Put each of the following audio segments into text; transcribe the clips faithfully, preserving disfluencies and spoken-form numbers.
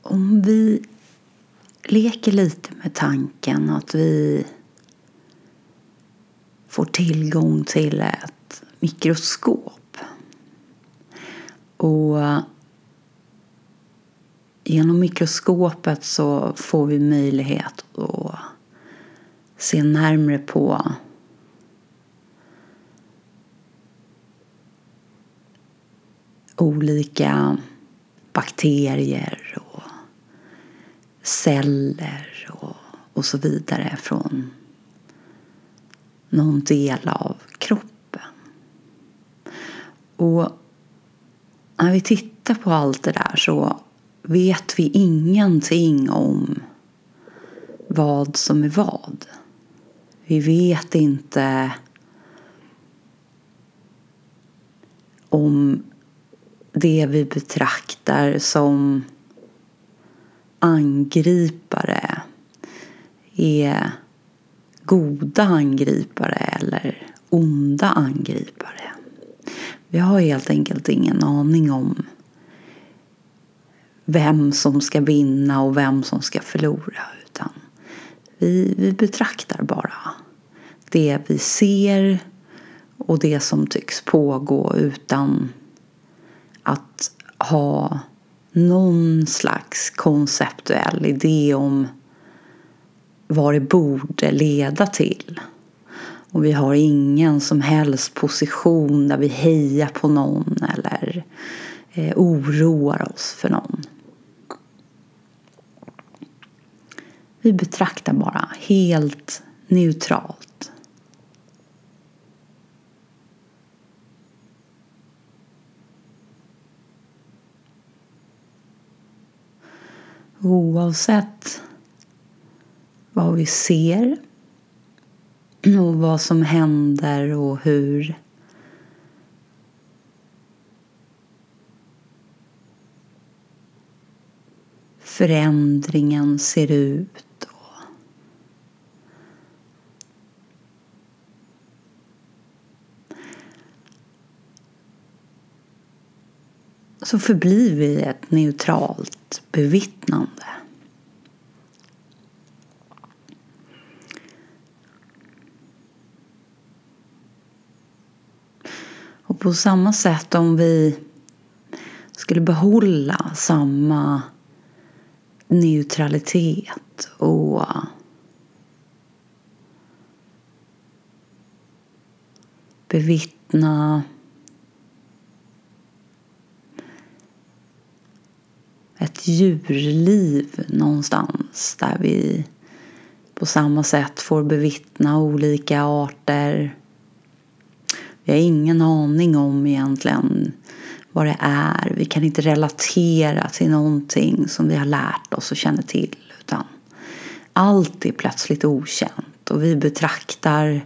om vi leker lite med tanken att vi får tillgång till ett mikroskop. Och genom mikroskopet så får vi möjlighet att se närmare på olika bakterier och celler och, och så vidare från någon del av kroppen. Och när vi tittar på allt det där så vet vi ingenting om vad som är vad. Vi vet inte om det vi betraktar som angripare är goda angripare eller onda angripare. Vi har helt enkelt ingen aning om vem som ska vinna och vem som ska förlora, utan vi, vi betraktar bara det vi ser och det som tycks pågå utan att ha någon slags konceptuell idé om vad det borde leda till. Och vi har ingen som helst position där vi hejar på någon eller eh, oroar oss för någon. Vi betraktar bara helt neutralt. Oavsett vad vi ser och vad som händer och hur förändringen ser ut. Så förblir vi ett neutralt bevittnande. Och på samma sätt, om vi skulle behålla samma neutralitet och bevittna ett djurliv någonstans där vi på samma sätt får bevittna olika arter. Vi har ingen aning om egentligen vad det är. Vi kan inte relatera till någonting som vi har lärt oss och känner till, utan allt är plötsligt okänt och vi betraktar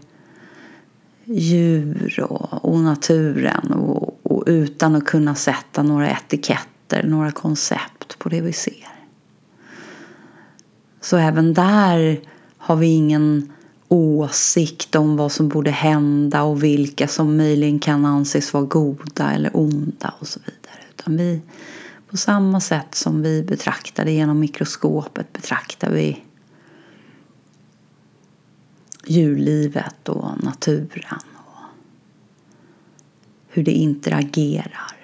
djur och, och naturen och, och utan att kunna sätta några etiketter, några koncept på det vi ser. Så även där har vi ingen åsikt om vad som borde hända och vilka som möjligen kan anses vara goda eller onda och så vidare. Utan vi, på samma sätt som vi betraktar det genom mikroskopet, betraktar vi djurlivet och naturen och hur det interagerar.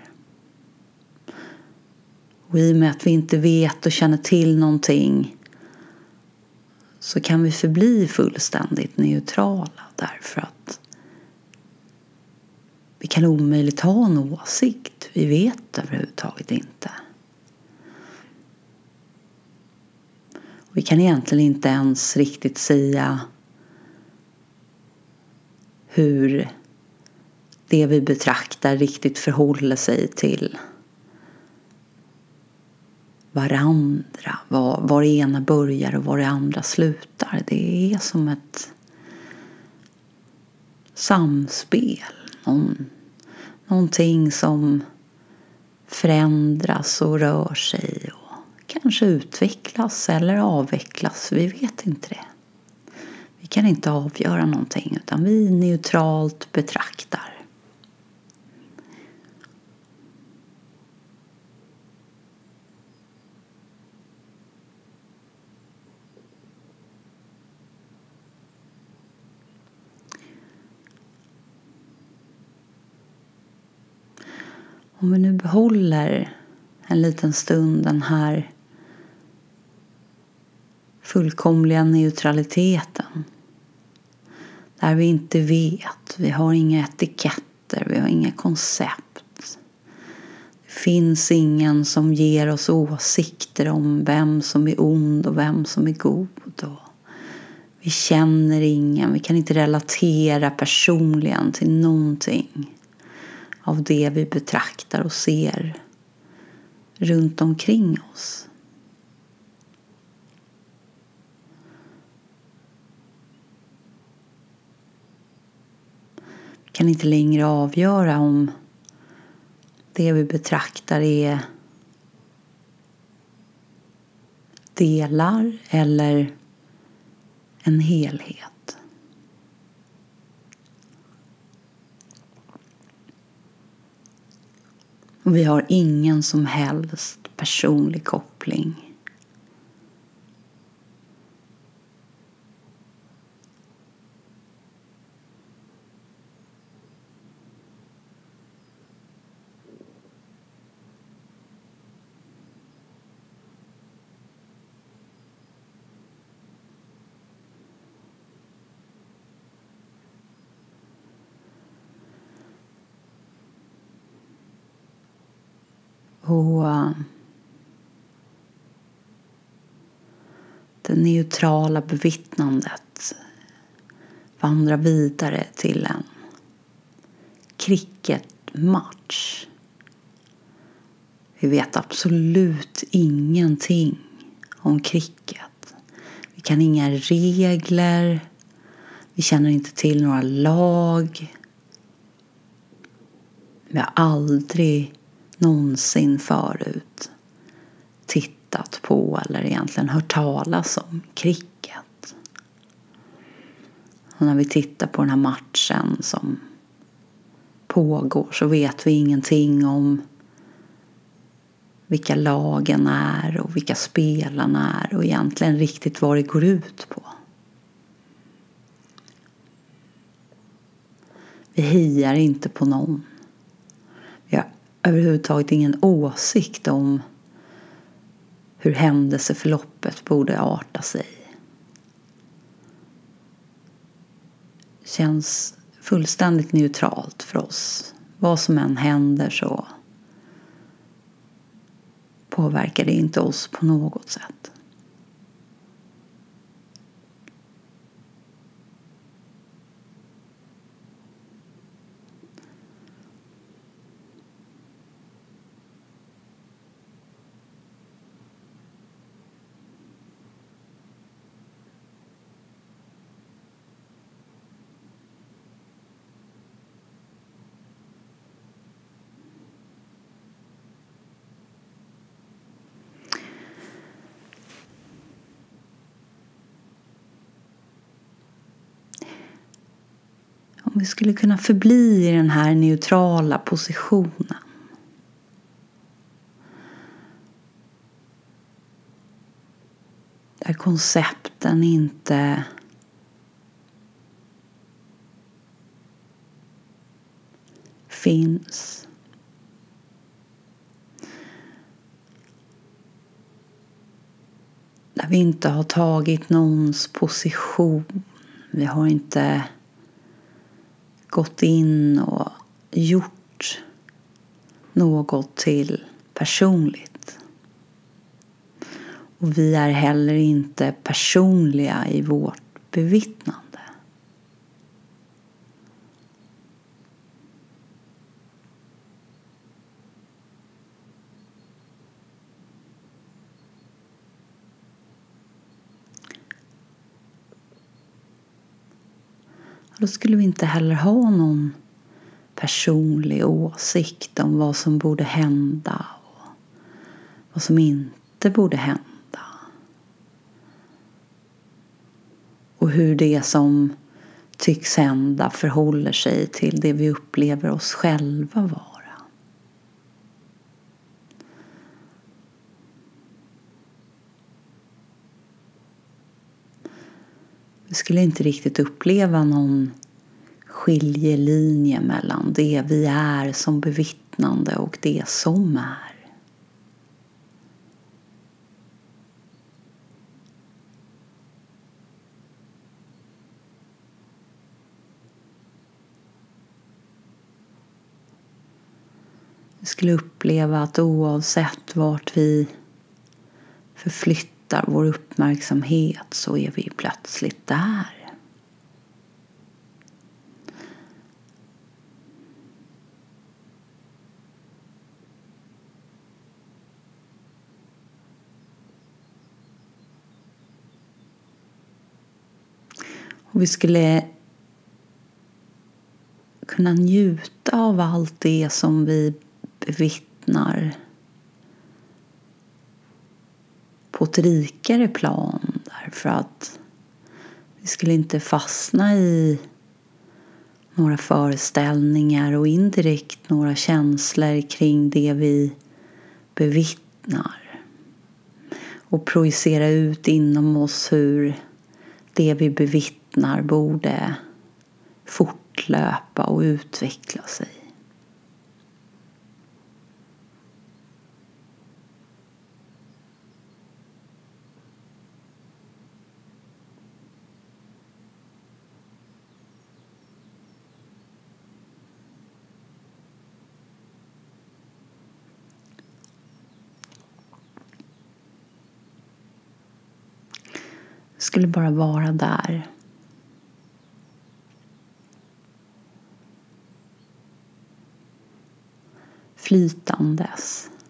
Och i och med att vi inte vet och känner till någonting så kan vi förbli fullständigt neutrala, därför att vi kan omöjligt ha en åsikt. Vi vet överhuvudtaget inte. Vi kan egentligen inte ens riktigt säga hur det vi betraktar riktigt förhåller sig till varandra. Var, var det ena börjar och var det andra slutar. Det är som ett samspel. Någon, någonting som förändras och rör sig och kanske utvecklas eller avvecklas. Vi vet inte det. Vi kan inte avgöra någonting, utan vi neutralt betraktar. Om vi nu behåller en liten stund den här fullkomliga neutraliteten. Där vi inte vet, vi har inga etiketter, vi har inga koncept. Det finns ingen som ger oss åsikter om vem som är ond och vem som är god. Och vi känner ingen, vi kan inte relatera personligen till någonting av det vi betraktar och ser runt omkring oss. Vi kan inte längre avgöra om det vi betraktar är delar eller en helhet. Och vi har ingen som helst personlig koppling. Och det neutrala bevittnandet vandrar vidare till en cricketmatch. Vi vet absolut ingenting om cricket. Vi kan inga regler. Vi känner inte till några lag. Vi har aldrig någonsin förut tittat på eller egentligen hört talas om cricket. Och när vi tittar på den här matchen som pågår så vet vi ingenting om vilka lagen är och vilka spelarna är och egentligen riktigt vad det går ut på. Vi hejar inte på någon. Vi har överhuvudtaget ingen åsikt om hur händelseförloppet borde arta sig. Känns fullständigt neutralt för oss. Vad som än händer så påverkar det inte oss på något sätt. Om vi skulle kunna förbli i den här neutrala positionen. Där koncepten inte finns. Där vi inte har tagit någons position. Vi har inte gått in och gjort något till personligt. Och vi är heller inte personliga i vårt bevittnande. Då skulle vi inte heller ha någon personlig åsikt om vad som borde hända och vad som inte borde hända. Och hur det som tycks hända förhåller sig till det vi upplever oss själva vara. Vi skulle inte riktigt uppleva någon skiljelinje mellan det vi är som bevittnande och det som är. Vi skulle uppleva att oavsett vart vi förflyttar vår uppmärksamhet så är vi plötsligt där. Och vi skulle kunna njuta av allt det som vi bevittnar på ett rikare plan, därför att vi skulle inte fastna i några föreställningar och indirekt några känslor kring det vi bevittnar och projicera ut inom oss hur det vi bevittnar borde fortlöpa och utveckla sig. Skulle bara vara där. Flytandes.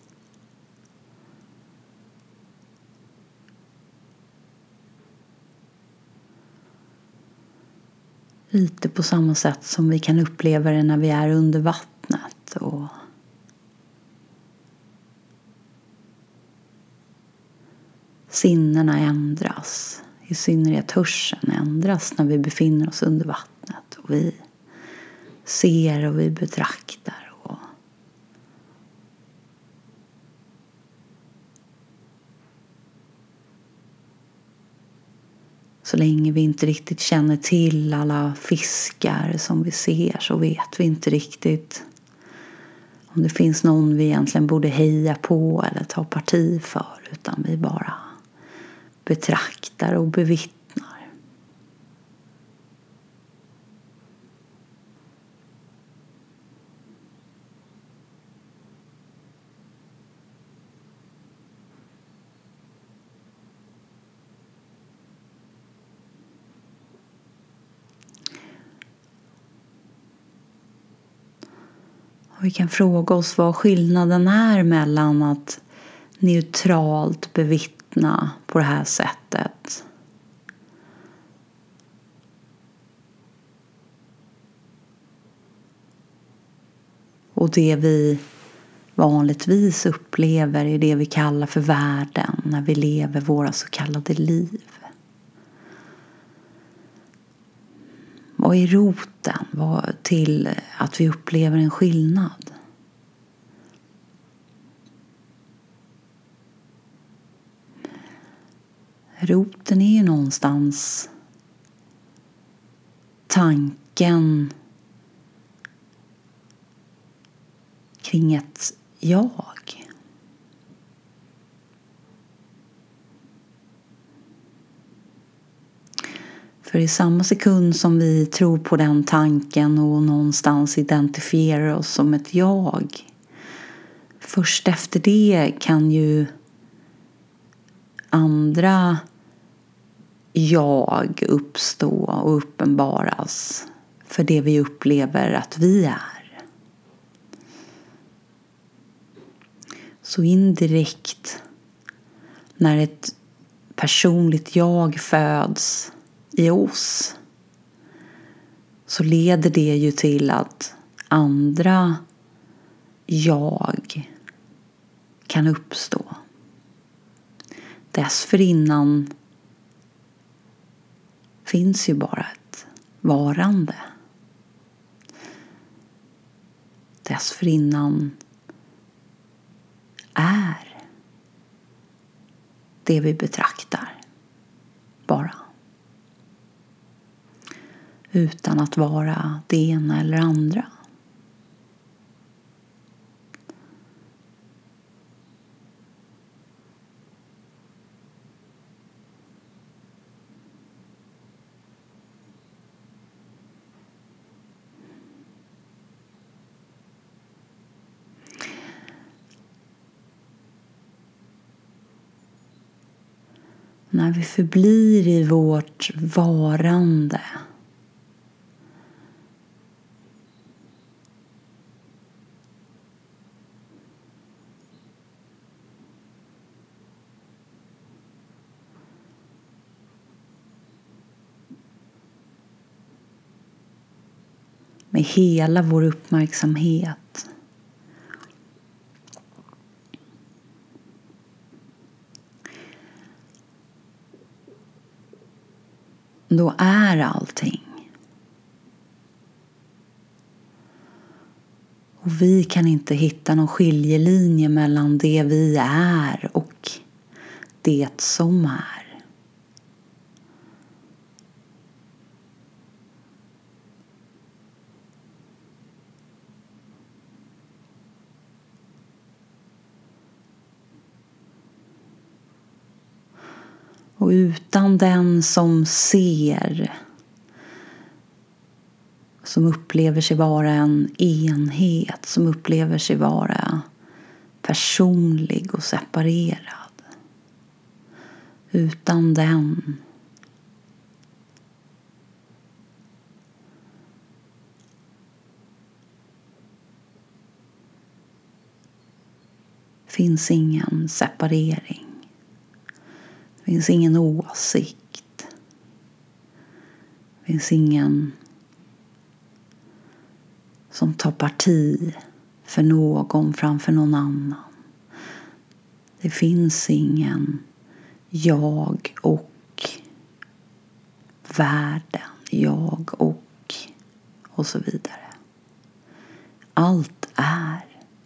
Lite på samma sätt som vi kan uppleva det när vi är under vattnet och sinnena ändras. I synnerhet hörseln ändras när vi befinner oss under vattnet. Och vi ser och vi betraktar. Och så länge vi inte riktigt känner till alla fiskar som vi ser så vet vi inte riktigt om det finns någon vi egentligen borde heja på eller ta parti för. Utan vi bara betraktar och bevittnar. Och vi kan fråga oss vad skillnaden är mellan att neutralt bevittna på det här sättet och det vi vanligtvis upplever i det vi kallar för världen när vi lever våra så kallade liv. Vad är roten till att vi upplever en skillnad? Roten är ju någonstans tanken kring ett jag. För i samma sekund som vi tror på den tanken och någonstans identifierar oss som ett jag, först efter det kan ju andra jag uppstå och uppenbaras för det vi upplever att vi är. Så indirekt, när ett personligt jag föds i oss, så leder det ju till att andra jag kan uppstå. Dessförinnan finns ju bara ett varande. Dessförinnan är det vi betraktar bara. utan att vara det ena eller andra. När vi förblir i vårt varande med hela vår uppmärksamhet, då är allting. Och vi kan inte hitta någon skiljelinje mellan det vi är och det som är. Och utan den som ser, som upplever sig vara en enhet, som upplever sig vara personlig och separerad. Utan den finns ingen separering. Det finns ingen åsikt. Det finns ingen som tar parti för någon framför någon annan. Det finns ingen jag och världen, jag och och så vidare. Allt är.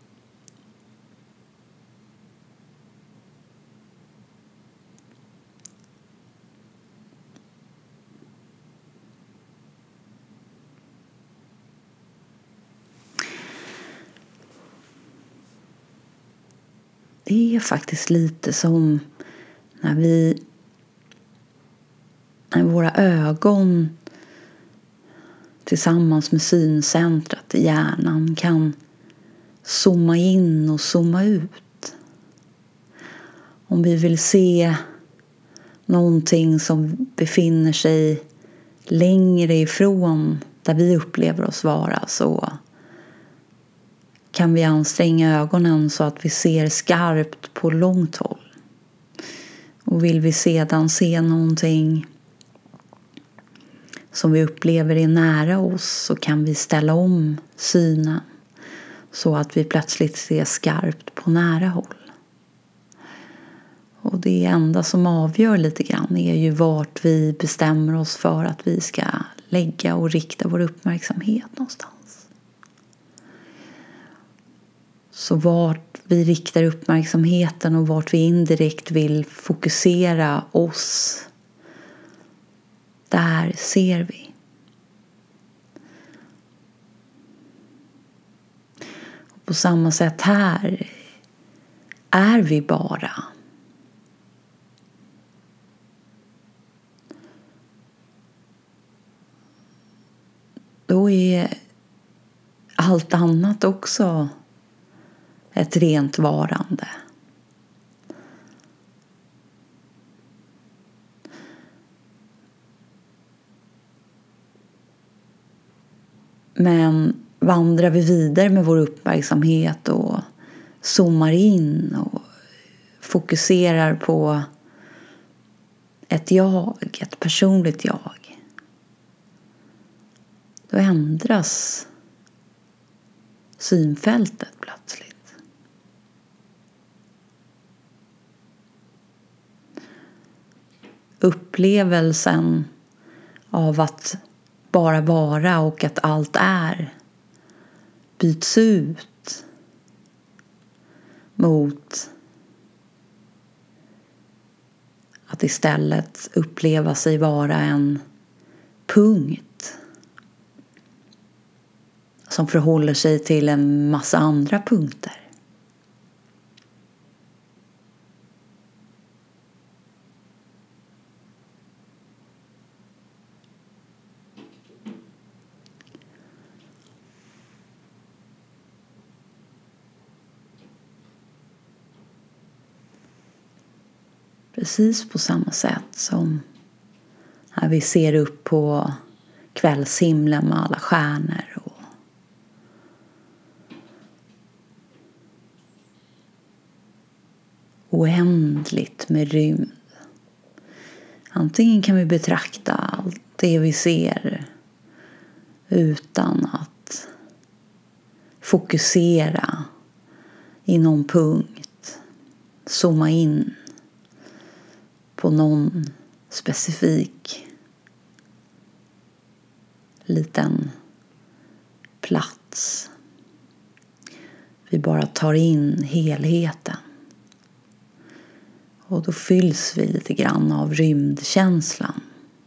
Det är faktiskt lite som när vi, när våra ögon tillsammans med syncentrat i hjärnan kan zooma in och zooma ut. Om vi vill se någonting som befinner sig längre ifrån där vi upplever oss vara, så kan vi anstränga ögonen så att vi ser skarpt på långt håll. Och vill vi sedan se någonting som vi upplever är nära oss, så kan vi ställa om synen så att vi plötsligt ser skarpt på nära håll. Och det enda som avgör lite grann är ju vart vi bestämmer oss för att vi ska lägga och rikta vår uppmärksamhet någonstans. Så vart vi riktar uppmärksamheten och vart vi indirekt vill fokusera oss, där ser vi. Och på samma sätt här är vi bara. Då är allt annat också ett rent varande. Men vandrar vi vidare med vår uppmärksamhet och zoomar in och fokuserar på ett jag, ett personligt jag, då ändras synfältet plötsligt. Upplevelsen av att bara vara och att allt är byts ut mot att istället uppleva sig vara en punkt som förhåller sig till en massa andra punkter. Precis på samma sätt som när vi ser upp på kvällshimlen med alla stjärnor och oändligt med rymd. Antingen kan vi betrakta allt det vi ser utan att fokusera i någon punkt, zooma in på någon specifik liten plats. Vi bara tar in helheten. Och då fylls vi lite grann av rymdkänslan.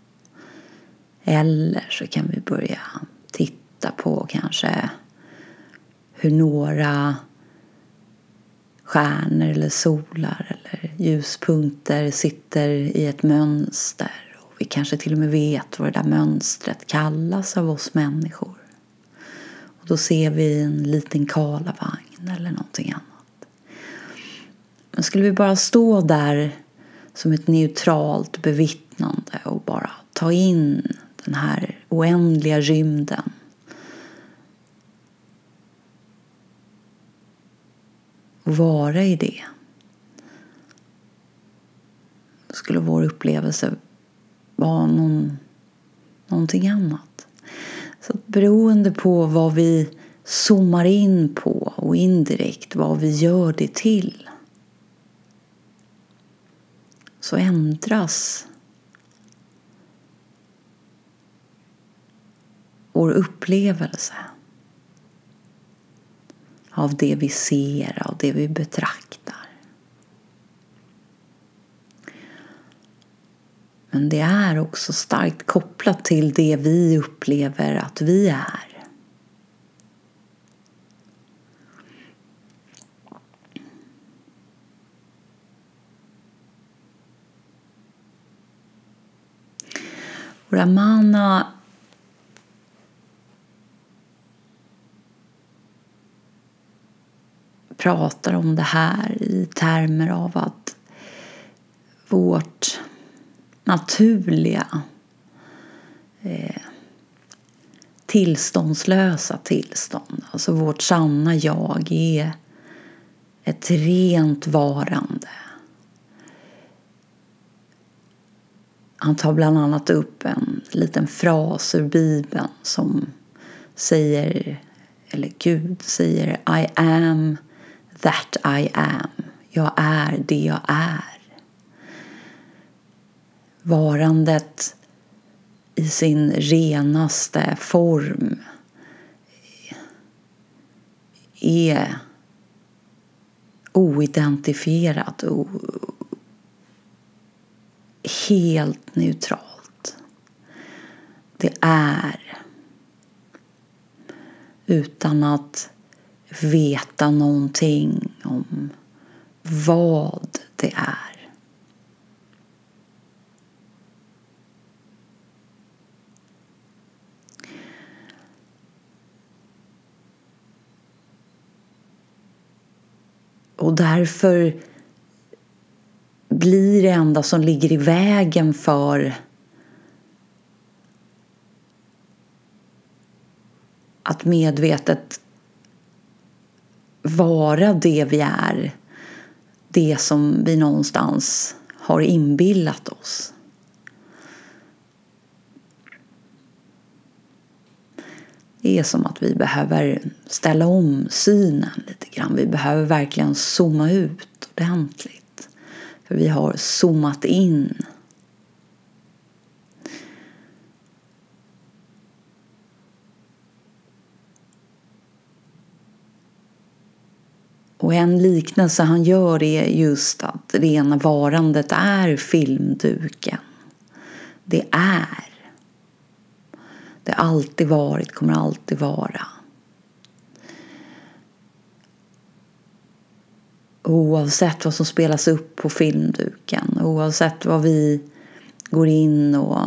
Eller så kan vi börja titta på kanske hur några stjärnor eller solar eller ljuspunkter sitter i ett mönster. Och vi kanske till och med vet vad det där mönstret kallas av oss människor. Och då ser vi en liten kalavagn eller någonting annat. Men skulle vi bara stå där som ett neutralt bevittnande och bara ta in den här oändliga rymden. Och vara i det. Då skulle vår upplevelse vara någon, någonting annat. Så beroende på vad vi zoomar in på och indirekt vad vi gör det till, så ändras vår upplevelse av det vi ser, av det vi betraktar. Men det är också starkt kopplat till det vi upplever att vi är. Ramana pratar om det här i termer av att vårt naturliga eh, tillståndslösa tillstånd, alltså vårt sanna jag, är ett rent varande. Han tar bland annat upp en liten fras ur Bibeln som säger, eller Gud säger, I am that I am. Jag är det jag är. Varandet i sin renaste form är oidentifierat och helt neutralt. Det är utan att veta någonting om vad det är. Och därför blir det enda som ligger i vägen för att medvetet vara det vi är, det som vi någonstans har inbillat oss. Det är som att vi behöver ställa om synen lite grann. Vi behöver verkligen zooma ut ordentligt. För vi har zoomat in. Och en liknelse han gör är just att rena varandet är filmduken. Det är. Det har alltid varit, kommer alltid vara. Oavsett vad som spelas upp på filmduken, oavsett vad vi går in och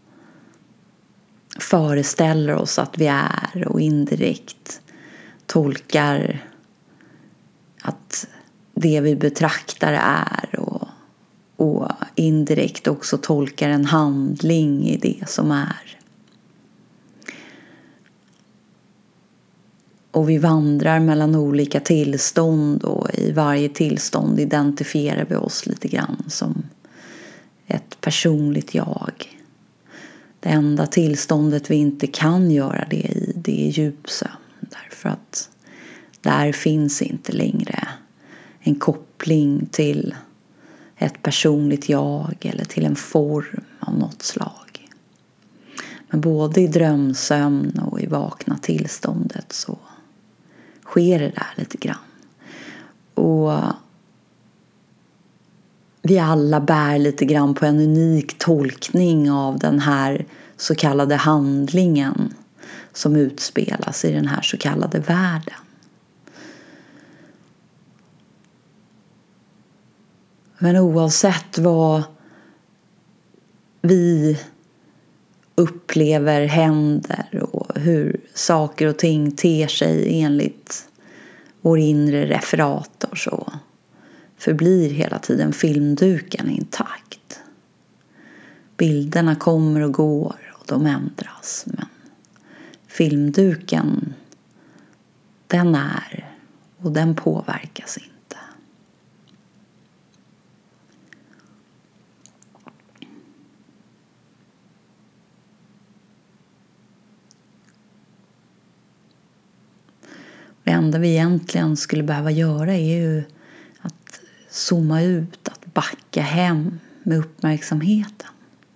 föreställer oss att vi är och indirekt tolkar att det vi betraktar är och, och indirekt också tolkar en handling i det som är. Och vi vandrar mellan olika tillstånd och i varje tillstånd identifierar vi oss lite grann som ett personligt jag. Det enda tillståndet vi inte kan göra det i, det är djupsömn. Därför att där finns inte längre en koppling till ett personligt jag eller till en form av något slag. Men både i drömsömn och i vakna tillståndet så sker det där lite grann. Och vi alla bär lite grann på en unik tolkning av den här så kallade handlingen som utspelas i den här så kallade världen. Men oavsett vad vi upplever händer och hur saker och ting ter sig enligt vår inre referator så förblir hela tiden filmduken intakt. Bilderna kommer och går och de ändras, men filmduken, den är och den påverkas inte. Det enda vi egentligen skulle behöva göra är ju att zooma ut, att backa hem med uppmärksamheten.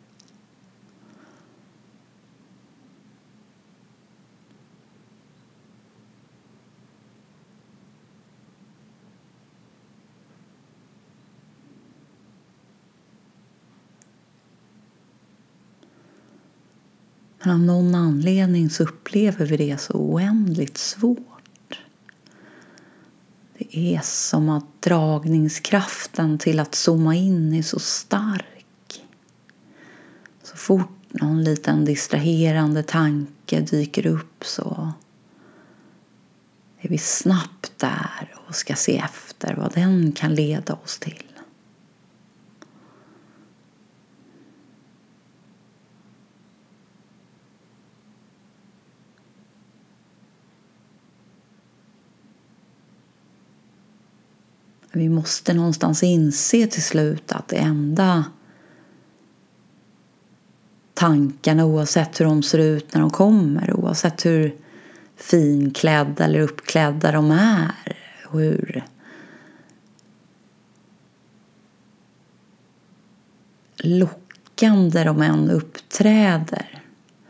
Men av någon anledning så upplever vi det så oändligt svårt. Det är som att dragningskraften till att zooma in är så stark. Så fort någon liten distraherande tanke dyker upp så är vi snabbt där och ska se efter vad den kan leda oss till. Vi måste någonstans inse till slut att det enda tankarna, oavsett hur de ser ut när de kommer, oavsett hur finklädda eller uppklädda de är och hur lockande de än uppträder,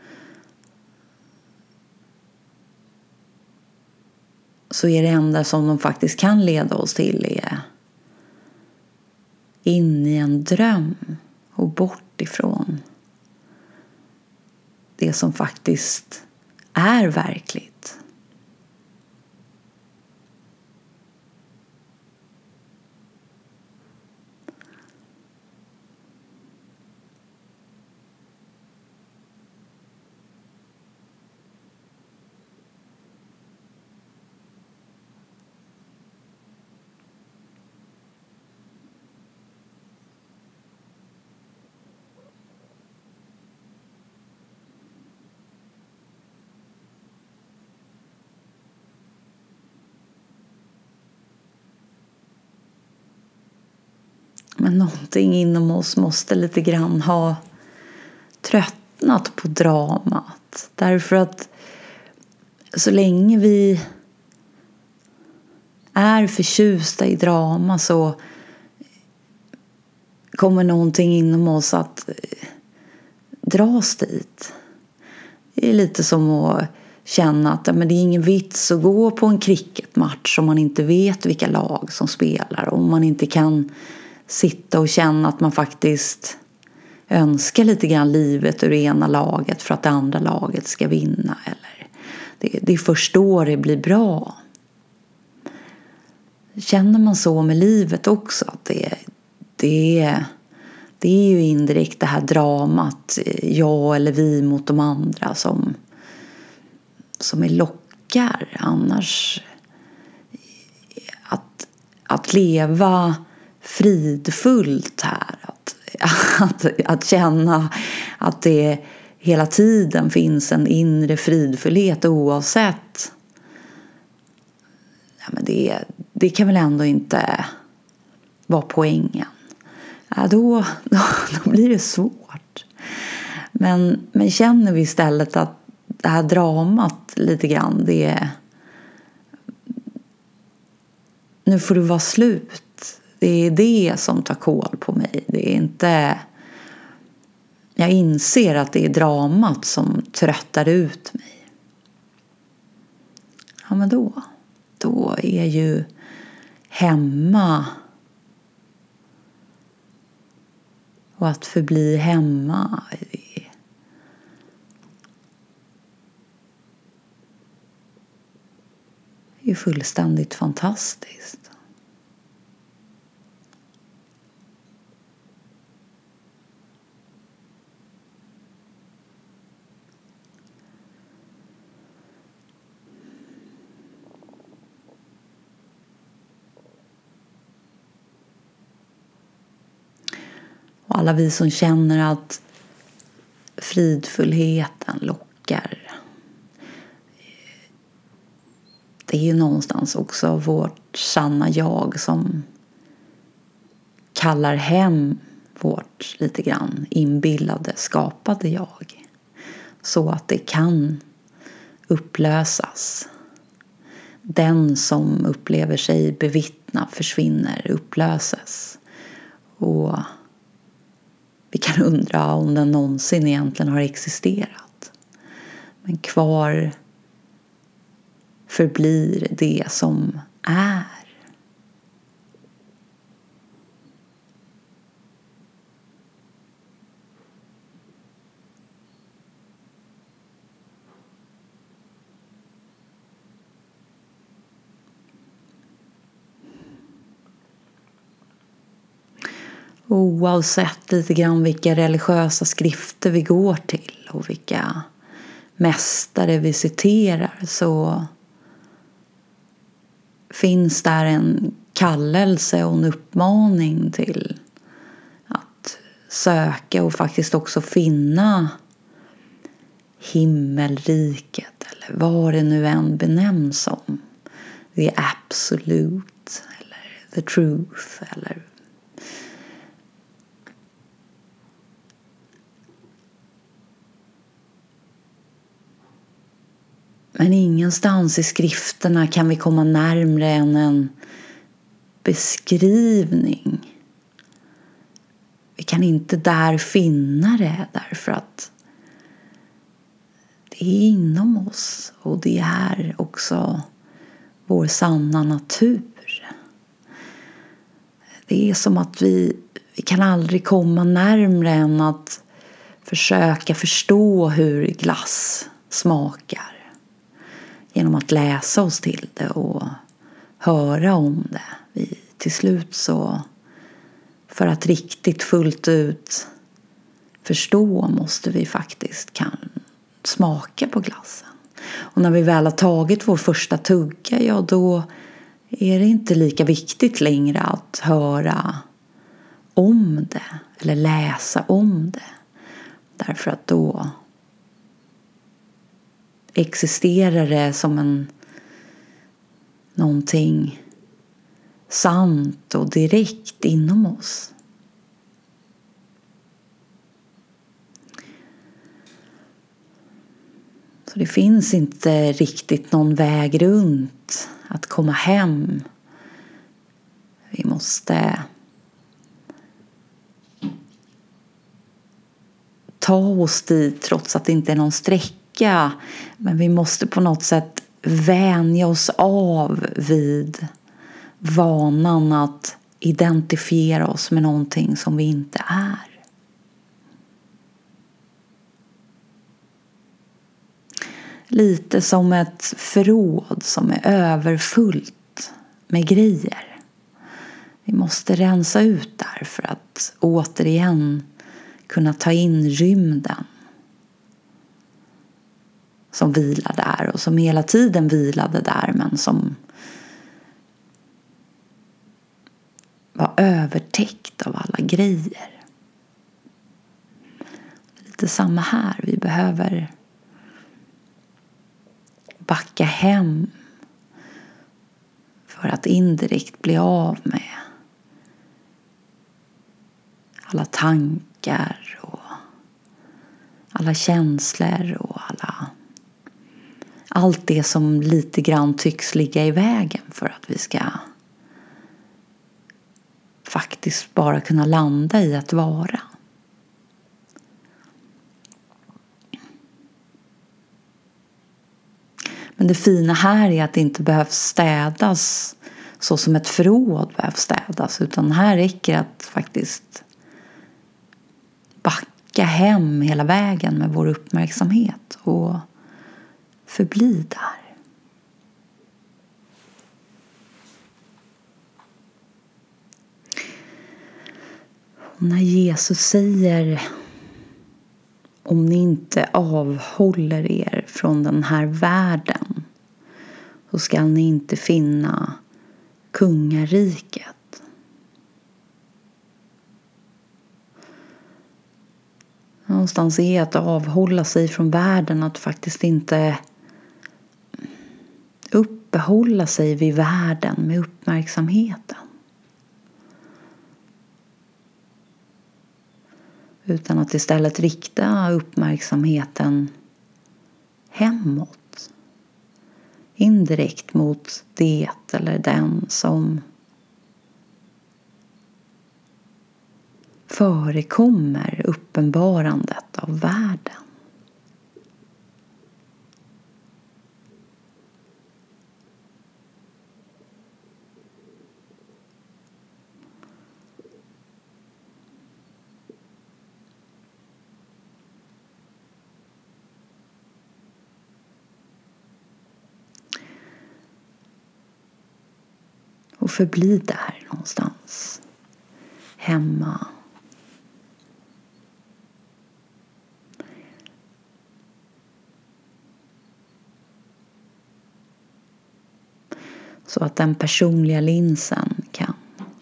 så är det enda som de faktiskt kan leda oss till är in i en dröm och bort ifrån det som faktiskt är verkligt. Men någonting inom oss måste lite grann ha tröttnat på dramat. Därför att så länge vi är förtjusta i drama så kommer någonting inom oss att dras dit. Det är lite som att känna att men det är ingen vits att gå på en cricketmatch om man inte vet vilka lag som spelar. Om man inte kan sitta och känna att man faktiskt önskar lite grann livet ur ena laget för att det andra laget ska vinna. Eller det, det är först då det blir bra. känner man så med livet också, att det, det, det är ju indirekt det här dramat, jag eller vi mot de andra, som, som är lockar. Annars att, att leva fridfullt här, att, att, att känna att det hela tiden finns en inre fridfullhet oavsett. Ja, men det, det kan väl ändå inte vara poängen. Ja, då, då, då blir det svårt. Men, men känner vi istället att det här dramat lite grann, det är, nu får det vara slut. Det är det som tar kål på mig. Det är inte... Jag inser att det är dramat som tröttar ut mig. Ja, men då... Då är ju hemma och att förbli hemma är fullständigt fantastiskt. Och alla vi som känner att fridfullheten lockar. Det är ju någonstans också vårt sanna jag som kallar hem vårt lite grann inbillade, skapade jag. Så att det kan upplösas. Den som upplever sig bevittna försvinner, upplöses. Och vi kan undra om den någonsin egentligen har existerat. Men kvar förblir det som är. Oavsett lite grann vilka religiösa skrifter vi går till och vilka mästare vi citerar, så finns där en kallelse och en uppmaning till att söka och faktiskt också finna himmelriket, eller vad det nu än benämns som. The absolute eller the truth eller men ingenstans i skrifterna kan vi komma närmare än en beskrivning. Vi kan inte där finna det, därför att det är inom oss och det är också vår sanna natur. Det är som att vi, vi kan aldrig komma närmare än att försöka förstå hur glass smakar. Genom att läsa oss till det och höra om det. Vi, till slut så, för att riktigt fullt ut förstå, måste vi faktiskt kan smaka på glassen. Och när vi väl har tagit vår första tugga, ja då är det inte lika viktigt längre att höra om det eller läsa om det. Därför att då existerar det som en någonting sant och direkt inom oss. Så det finns inte riktigt någon väg runt att komma hem. Vi måste ta oss dit trots att det inte är någon sträcka. Men vi måste på något sätt vänja oss av vid vanan att identifiera oss med någonting som vi inte är. Lite som ett förråd som är överfullt med grejer. Vi måste rensa ut där för att återigen kunna ta in rymden som vilar där och som hela tiden vilade där, men som var övertäckt av alla grejer. Lite samma här. Vi behöver backa hem för att indirekt bli av med alla tankar och alla känslor och alla, allt det som lite grann tycks ligga i vägen för att vi ska faktiskt bara kunna landa i att vara. Men det fina här är att det inte behövs städas så som ett förråd behövs städas, utan här räcker att faktiskt backa hem hela vägen med vår uppmärksamhet och förbli där. Och när Jesus säger: om ni inte avhåller er från den här världen så ska ni inte finna kungariket. Någonstans är att avhålla sig från världen att faktiskt inte uppehålla sig vid världen med uppmärksamheten. Utan att istället rikta uppmärksamheten hemåt. Indirekt mot det eller den som förekommer uppenbarandet av världen. Och förbli där någonstans. Hemma. Så att den personliga linsen kan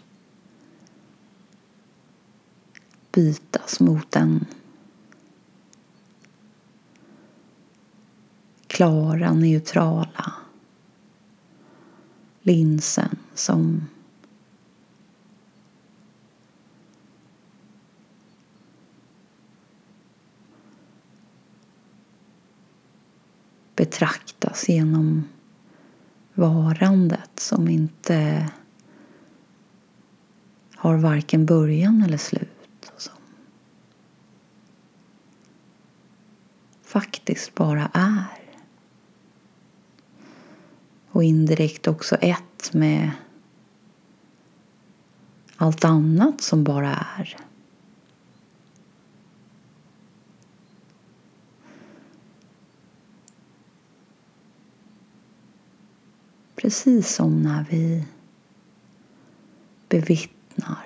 bytas mot den klara, neutrala linsen som betraktas genom varandet som inte har varken början eller slut. Som faktiskt bara är. Och indirekt också ett med allt annat som bara är. Precis som när vi bevittnar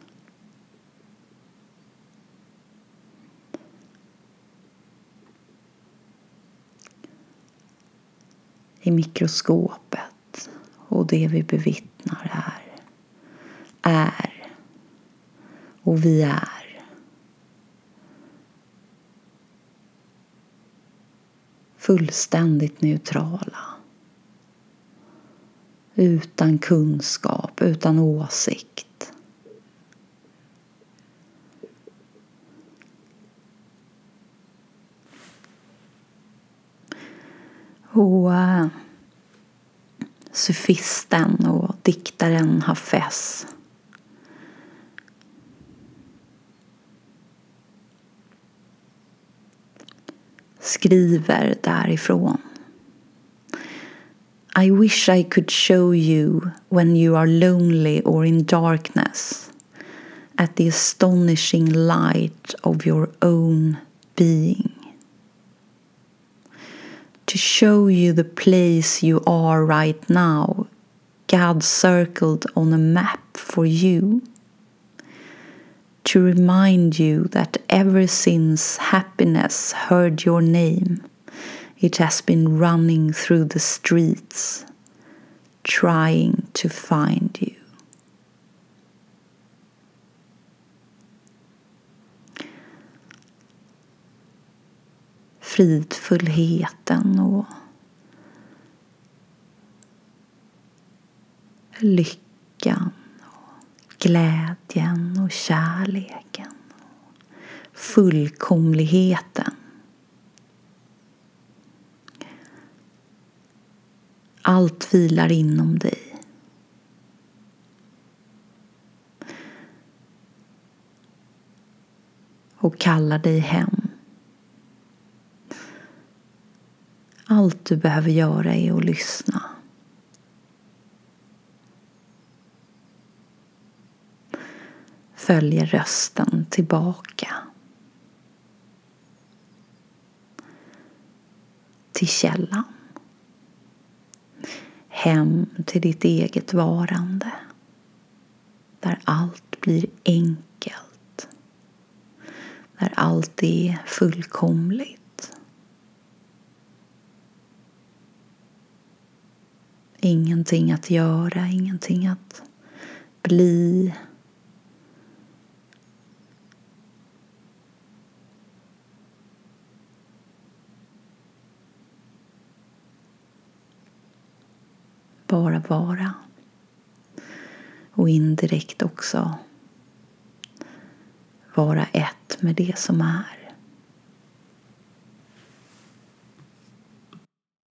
i mikroskopet, och det vi bevittnar är, är och vi är fullständigt neutrala. Utan kunskap, utan åsikt. Och uh, sufisten och diktaren Hafez skriver därifrån: I wish I could show you when you are lonely or in darkness at the astonishing light of your own being. To show you the place you are right now, God circled on a map for you, to remind you that ever since happiness heard your name, it has been running through the streets, trying to find you. Fridfullheten och lyckan och glädjen och kärleken och fullkomligheten. Allt vilar inom dig. Och kallar dig hem. Allt du behöver göra är att lyssna. Följer rösten tillbaka till källan. Hem till ditt eget varande. Där allt blir enkelt. Där allt är fullkomligt. Ingenting att göra, ingenting att bli. Bara vara. Och indirekt också vara ett med det som är.